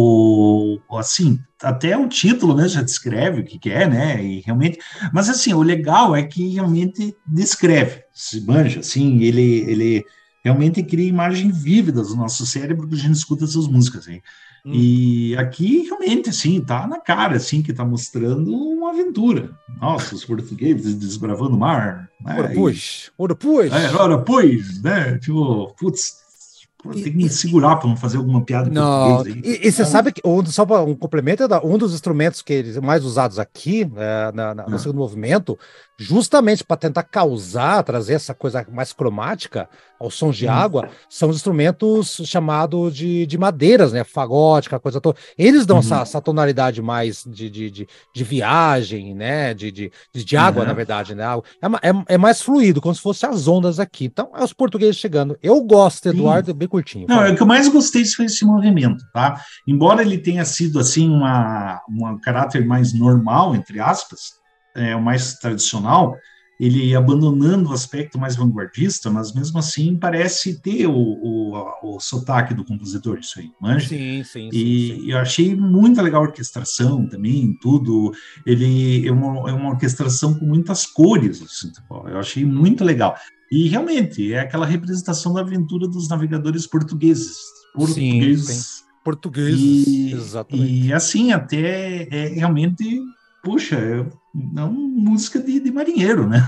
assim, até o título, né, já descreve o que é, né, e realmente, mas assim, o legal é que realmente descreve, se manja, assim, ele realmente cria imagens vívidas do nosso cérebro que a gente escuta essas músicas, assim. E aqui, realmente, assim, tá na cara, assim, que tá mostrando uma aventura. Nossa, os portugueses desbravando o mar. Né? Ora pois, né? Tipo, putz, tem que me segurar para não fazer alguma piada em português aí. E você sabe que, só para um complemento, um dos instrumentos que eles mais usados aqui, no segundo movimento, justamente para tentar trazer essa coisa mais cromática aos sons de água, são os instrumentos chamados de madeiras, né? Fagote, aquela coisa toda. Eles dão essa tonalidade mais de viagem, né? De água, na verdade, né? É mais fluido, como se fossem as ondas aqui. Então, é os portugueses chegando. Eu gosto, Eduardo, bem curtinho. Não, o que eu mais gostei foi esse movimento, tá? Embora ele tenha sido, assim, um caráter mais normal, entre aspas, o mais tradicional, ele abandonando o aspecto mais vanguardista, mas mesmo assim parece ter o sotaque do compositor, isso aí, manja? Sim. Eu achei muito legal a orquestração também, tudo. Ele é uma orquestração com muitas cores, assim, eu achei muito legal. E realmente é aquela representação da aventura dos navegadores portugueses. Sim. Portugueses, exatamente. E assim, até realmente, puxa, não música de marinheiro, né?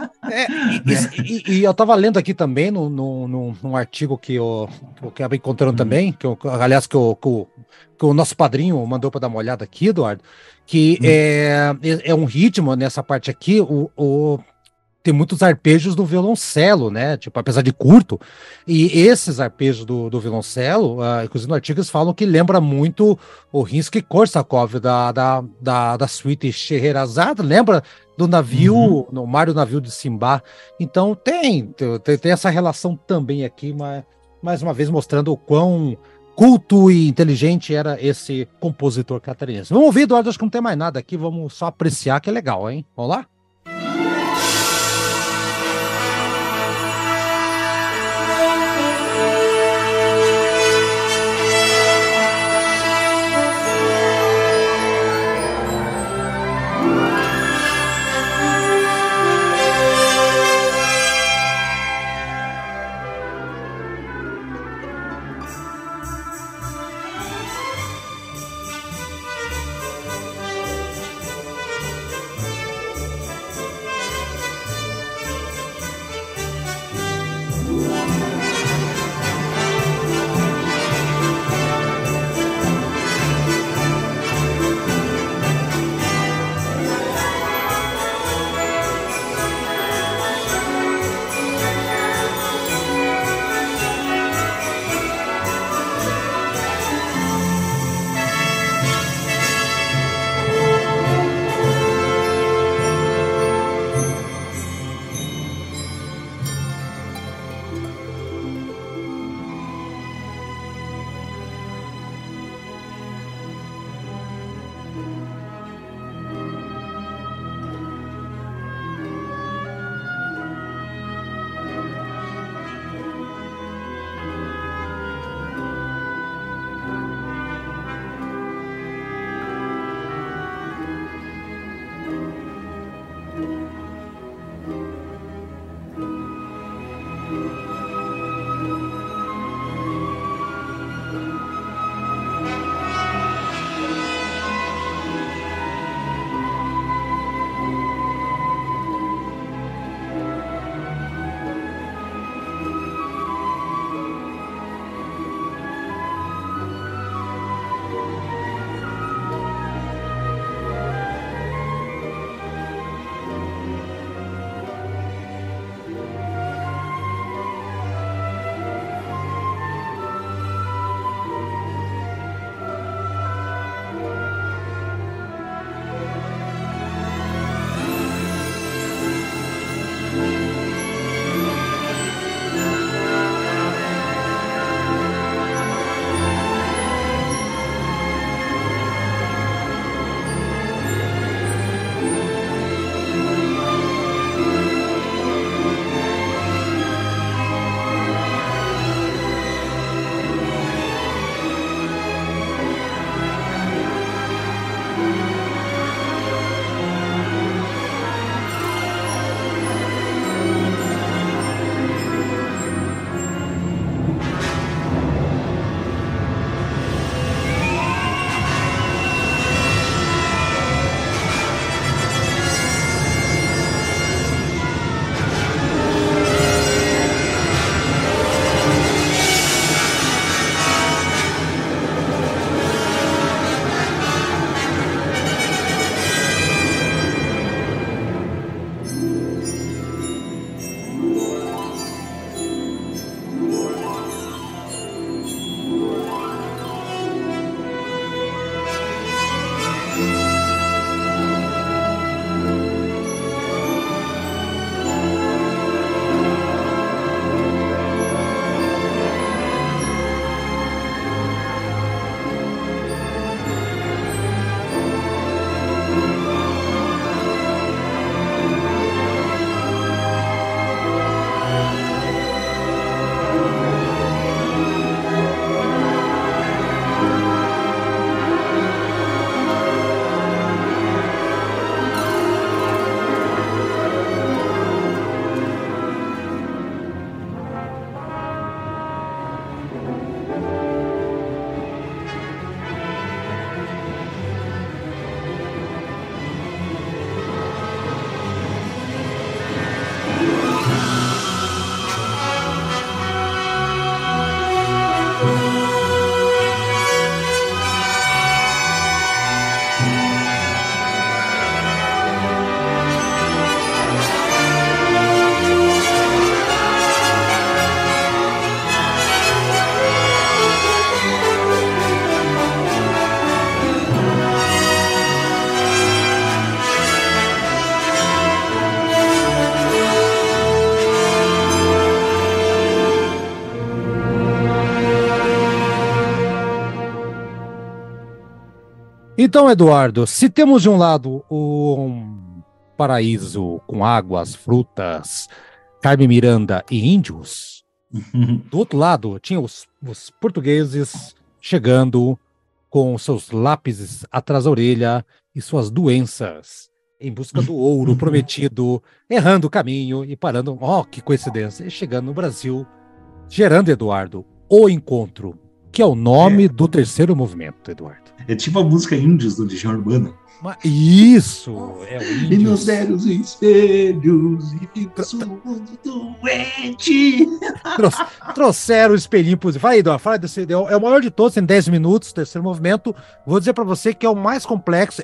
E eu estava lendo aqui também num artigo que eu acabei encontrando também, que o nosso padrinho mandou para dar uma olhada aqui, Eduardo, que é um ritmo nessa parte aqui, tem muitos arpejos do violoncelo, né? Tipo, apesar de curto. E esses arpejos do violoncelo, inclusive no artigo, eles falam que lembra muito o Rimsky-Korsakov da suíte Scheherazade, lembra do navio, no mar do navio de Simbá. Então tem essa relação também aqui, mas mais uma vez mostrando o quão culto e inteligente era esse compositor catarinense. Vamos ouvir, Eduardo, acho que não tem mais nada aqui, vamos só apreciar, que é legal, hein? Vamos lá? Então, Eduardo, se temos de um lado um paraíso com águas, frutas, Carmen Miranda e índios, do outro lado tinha os portugueses chegando com seus lápis atrás da orelha e suas doenças em busca do ouro prometido, errando o caminho e parando, que coincidência, e chegando no Brasil, gerando, Eduardo, O Encontro, que é o nome do terceiro movimento, Eduardo. É tipo a música Índios do Legião Urbana. Isso, é o Índios. E nos deram espelhos e ficou o mundo doente. Trouxeram o espelhinho. Fala aí, Eduardo, fala desse. É o maior de todos, tem 10 minutos, terceiro movimento. Vou dizer para você que é o mais complexo.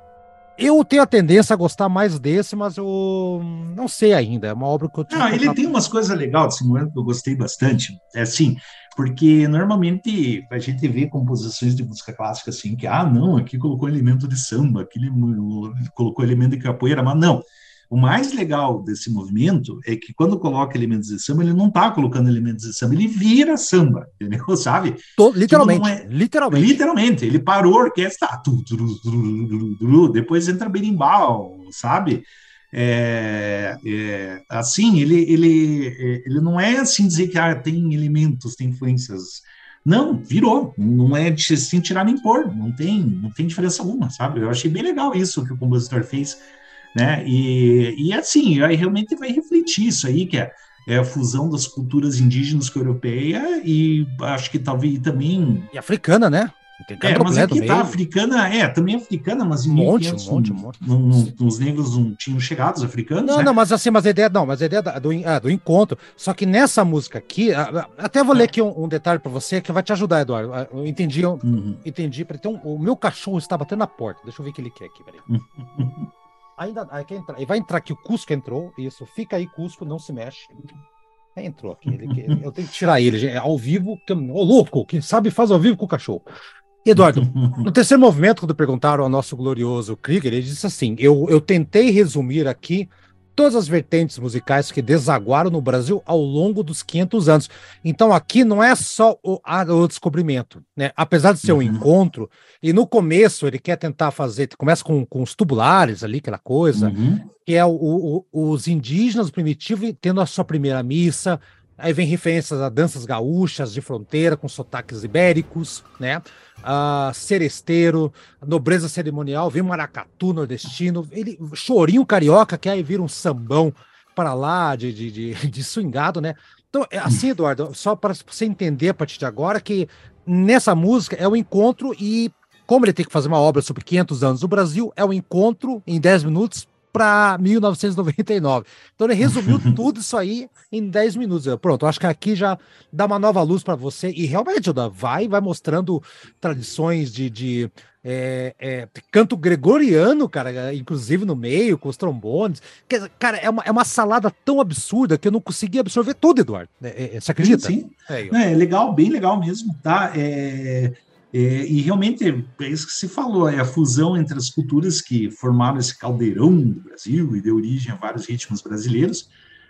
Eu tenho a tendência a gostar mais desse, mas eu não sei ainda. É uma obra que eu Não, ele tem umas coisas legais desse momento que eu gostei bastante. É assim, porque normalmente a gente vê composições de música clássica assim, que, não, aqui colocou elemento de samba, aqui ele colocou elemento de capoeira, mas não. O mais legal desse movimento é que quando coloca elementos de samba, ele não está colocando elementos de samba, ele vira samba, entendeu? Sabe? Literalmente, literalmente. Ele parou a orquestra, depois entra berimbau, sabe? Assim, ele não é assim dizer que tem elementos, tem influências. Não, virou. Não é sem tirar nem pôr. Não tem diferença alguma, sabe? Eu achei bem legal isso que o compositor fez, né? E assim, aí realmente vai refletir isso aí, que é a fusão das culturas indígenas com a europeia, e acho que talvez também... E africana, né? Mas aqui tá africana, também africana, mas em um monte. Os negros não tinham chegado, os africanos, Não, mas assim, mas a ideia do encontro, só que nessa música aqui, até vou ler aqui um detalhe para você que vai te ajudar, Eduardo. Eu entendi, então o meu cachorro está batendo na porta, deixa eu ver o que ele quer aqui, peraí. Vai entrar aqui, o Cusco entrou, isso, fica aí, Cusco, não se mexe. Entrou aqui, eu tenho que tirar ele, ao vivo, louco, quem sabe faz ao vivo com o cachorro. Eduardo, no terceiro movimento, quando perguntaram ao nosso glorioso Krieger, ele disse assim, eu tentei resumir aqui todas as vertentes musicais que desaguaram no Brasil ao longo dos 500 anos. Então aqui não é só o descobrimento, né? Apesar de ser um encontro, e no começo ele quer tentar fazer, começa com os tubulares ali, aquela coisa, que é os indígenas primitivos tendo a sua primeira missa. Aí vem referências a danças gaúchas de fronteira com sotaques ibéricos, né? Seresteiro, nobreza cerimonial, vem maracatu nordestino, chorinho carioca, que aí vira um sambão para lá de swingado, né? Então, assim, Eduardo, só para você entender a partir de agora que nessa música é o encontro, e como ele tem que fazer uma obra sobre 500 anos do Brasil, é o encontro em 10 minutos para 1999. Então ele resumiu tudo isso aí em 10 minutos. Pronto, acho que aqui já dá uma nova luz para você, e realmente vai mostrando tradições de canto gregoriano, cara, inclusive no meio, com os trombones. Cara, é uma salada tão absurda que eu não consegui absorver tudo, Eduardo. Você acredita? Sim. É legal, bem legal mesmo, tá? E realmente é isso que se falou, é a fusão entre as culturas que formaram esse caldeirão do Brasil e deu origem a vários ritmos brasileiros.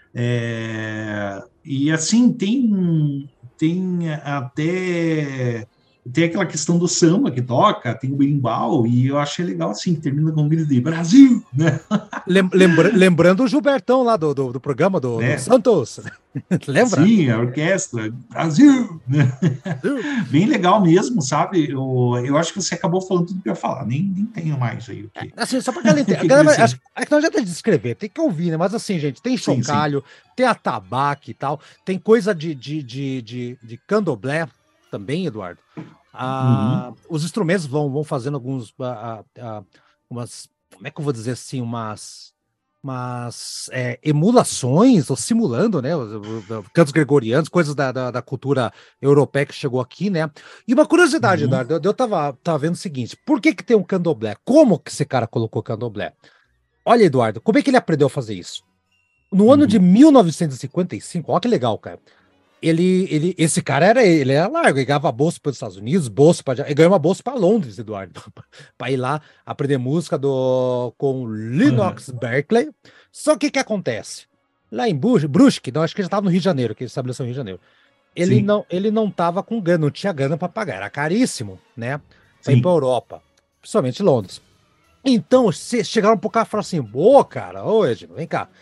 E assim, tem até... Tem aquela questão do samba que toca, tem o berimbau, e eu achei legal assim, termina com um grito de Brasil, né? Lembrando o Gilbertão lá do programa do Santos. Lembra? Sim, a orquestra, Brasil! Né? Bem legal mesmo, sabe? Eu acho que você acabou falando tudo que eu ia falar, nem tenho mais aí o que. Assim, só para ela entender. É que não adianta descrever, tem que ouvir, né? Mas assim, gente, tem chocalho, tem atabaque e tal, tem coisa de candomblé também, Eduardo. Os instrumentos vão fazendo alguns umas, como é que eu vou dizer assim, umas emulações, ou simulando, né, os cantos gregorianos, coisas da cultura europeia que chegou aqui, né? E uma curiosidade, Eduardo, eu tava vendo o seguinte, por que tem um candomblé? Como que esse cara colocou candomblé? Olha, Eduardo, como é que ele aprendeu a fazer isso? No ano de 1955, olha que legal, cara. Esse cara era largo, ele ganhava bolsa para os Estados Unidos, ele ganhou uma bolsa para Londres, Eduardo, para ir lá aprender música com Lennox Berkeley. Só que o que acontece? Lá em Brusque, não, acho que ele já estava no Rio de Janeiro, que ele estabeleceu no Rio de Janeiro. Ele não estava com grana, não tinha grana para pagar, era caríssimo, né? Para ir para a Europa, principalmente Londres. Então, chegaram pro cara e falaram assim: boa, cara, ô Edno, vem cá.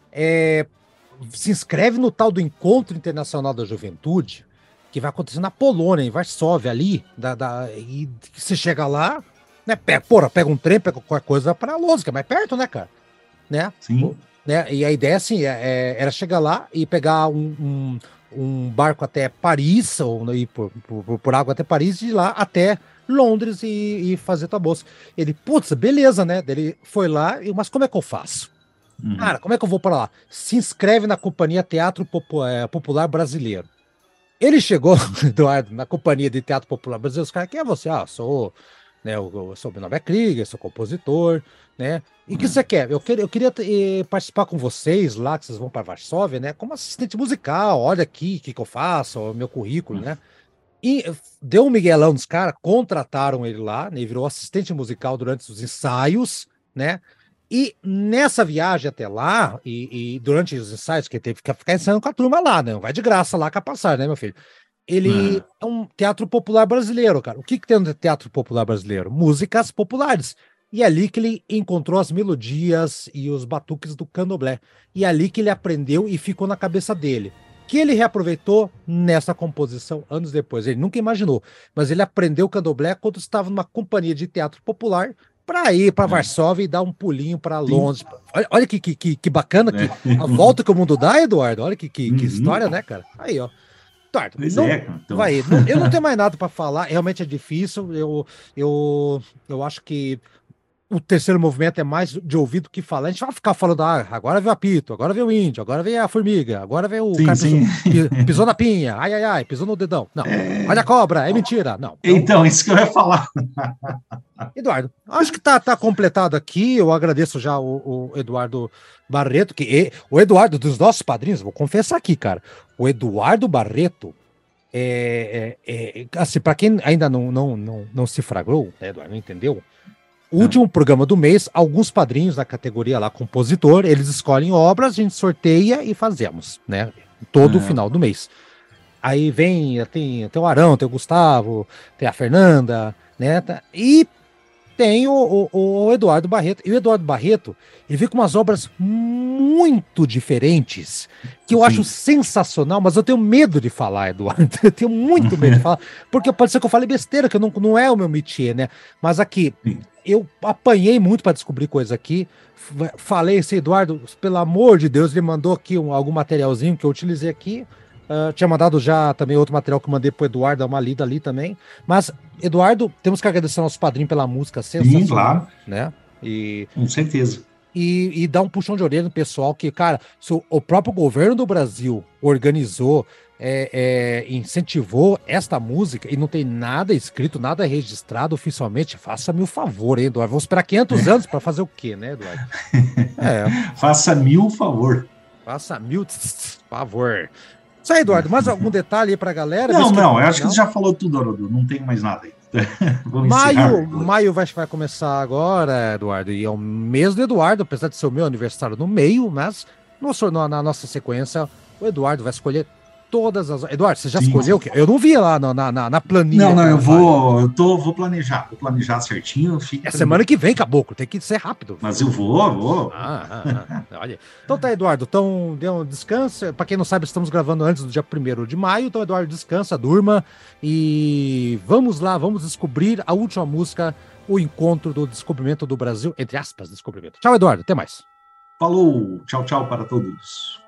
Se inscreve no tal do Encontro Internacional da Juventude, que vai acontecer na Polônia, em Varsóvia, ali, e você chega lá, né, pega um trem, pega qualquer coisa para Londres, que é mais perto, né, cara? Né? Sim. Né? E a ideia, assim, era chegar lá e pegar um barco até Paris, ou ir por água até Paris, e ir lá até Londres e fazer tua bolsa. Ele, putz, beleza, né? Ele foi lá, mas como é que eu faço? Cara, como é que eu vou para lá? Se inscreve na Companhia Teatro Popular Brasileiro. Ele chegou, Eduardo, na Companhia de Teatro Popular Brasileiro. Os caras, quem é você? Sou, né, meu nome é Krieger, sou compositor, né? E o que você quer? Eu queria participar com vocês lá, que vocês vão para Varsóvia, né? Como assistente musical, olha aqui o que eu faço, o meu currículo, né? E deu um miguelão nos caras, contrataram ele lá, né? Ele virou assistente musical durante os ensaios, né? E nessa viagem até lá, e durante os ensaios, que ele teve que ficar ensaiando com a turma lá, né? Não vai de graça lá com a passagem, né, meu filho? Ele é um teatro popular brasileiro, cara. O que tem no teatro popular brasileiro? Músicas populares. E é ali que ele encontrou as melodias e os batuques do candomblé. E é ali que ele aprendeu e ficou na cabeça dele. Que ele reaproveitou nessa composição anos depois. Ele nunca imaginou, mas ele aprendeu o candomblé quando estava numa companhia de teatro popular para ir para Varsóvia e dar um pulinho para Londres. Olha que bacana a volta que o mundo dá, Eduardo. Olha que história, né, cara? Aí, ó. Eduardo, então. eu não tenho mais nada para falar, realmente é difícil. Eu acho que o terceiro movimento é mais de ouvido que falar. A gente vai ficar falando, agora veio o apito, agora veio o índio, agora veio a formiga, agora veio o cara pisou na pinha, ai, pisou no dedão. Não, olha a cobra, é mentira. Não. Então, isso que eu ia falar. Eduardo, acho que tá completado aqui. Eu agradeço já o Eduardo Barreto, o Eduardo dos nossos padrinhos, vou confessar aqui, cara. O Eduardo Barreto, assim, para quem ainda não se fragrou, né, Eduardo, não entendeu? O último programa do mês, alguns padrinhos da categoria lá, compositor, eles escolhem obras, a gente sorteia e fazemos, né? Todo final do mês. Aí tem o Arão, tem o Gustavo, tem a Fernanda, né? E tem o Eduardo Barreto. E o Eduardo Barreto, ele vem com umas obras muito diferentes, que eu acho sensacional, mas eu tenho medo de falar, Eduardo. Eu tenho muito medo de falar, porque pode ser que eu fale besteira, que não é o meu métier, né? Mas aqui, eu apanhei muito para descobrir coisa aqui. Falei assim, Eduardo, pelo amor de Deus, ele mandou aqui algum materialzinho que eu utilizei aqui. Tinha mandado já também outro material que eu mandei pro Eduardo, dar uma lida ali também. Mas, Eduardo, temos que agradecer ao nosso padrinho pela música sensacional. Sim, claro. Né? Com certeza. E dar um puxão de orelha no pessoal que, cara, se o próprio governo do Brasil organizou, incentivou esta música e não tem nada escrito, nada registrado oficialmente, faça-me o favor, hein, Eduardo? Vamos esperar 500 anos para fazer o quê, né, Eduardo? Faça-me o favor. Faça-me o favor. Isso aí, Eduardo, mais algum detalhe aí pra galera? Não, eu acho que você já falou tudo, Haroldo, não tem mais nada aí. Maio vai começar agora, Eduardo, e é o mês do Eduardo, apesar de ser o meu aniversário no meio, mas na nossa sequência, o Eduardo vai escolher todas as... Eduardo, você já escolheu o quê? Eu não vi lá na planilha. Não, eu vou planejar certinho. É semana que vem, caboclo, tem que ser rápido. Mas eu vou. Olha. Então tá, Eduardo, então dê um descanso. Pra quem não sabe, estamos gravando antes do dia 1º de maio, então Eduardo, descansa, durma e vamos lá, vamos descobrir a última música, o encontro do descobrimento do Brasil, entre aspas, descobrimento. Tchau, Eduardo, até mais. Falou, tchau para todos.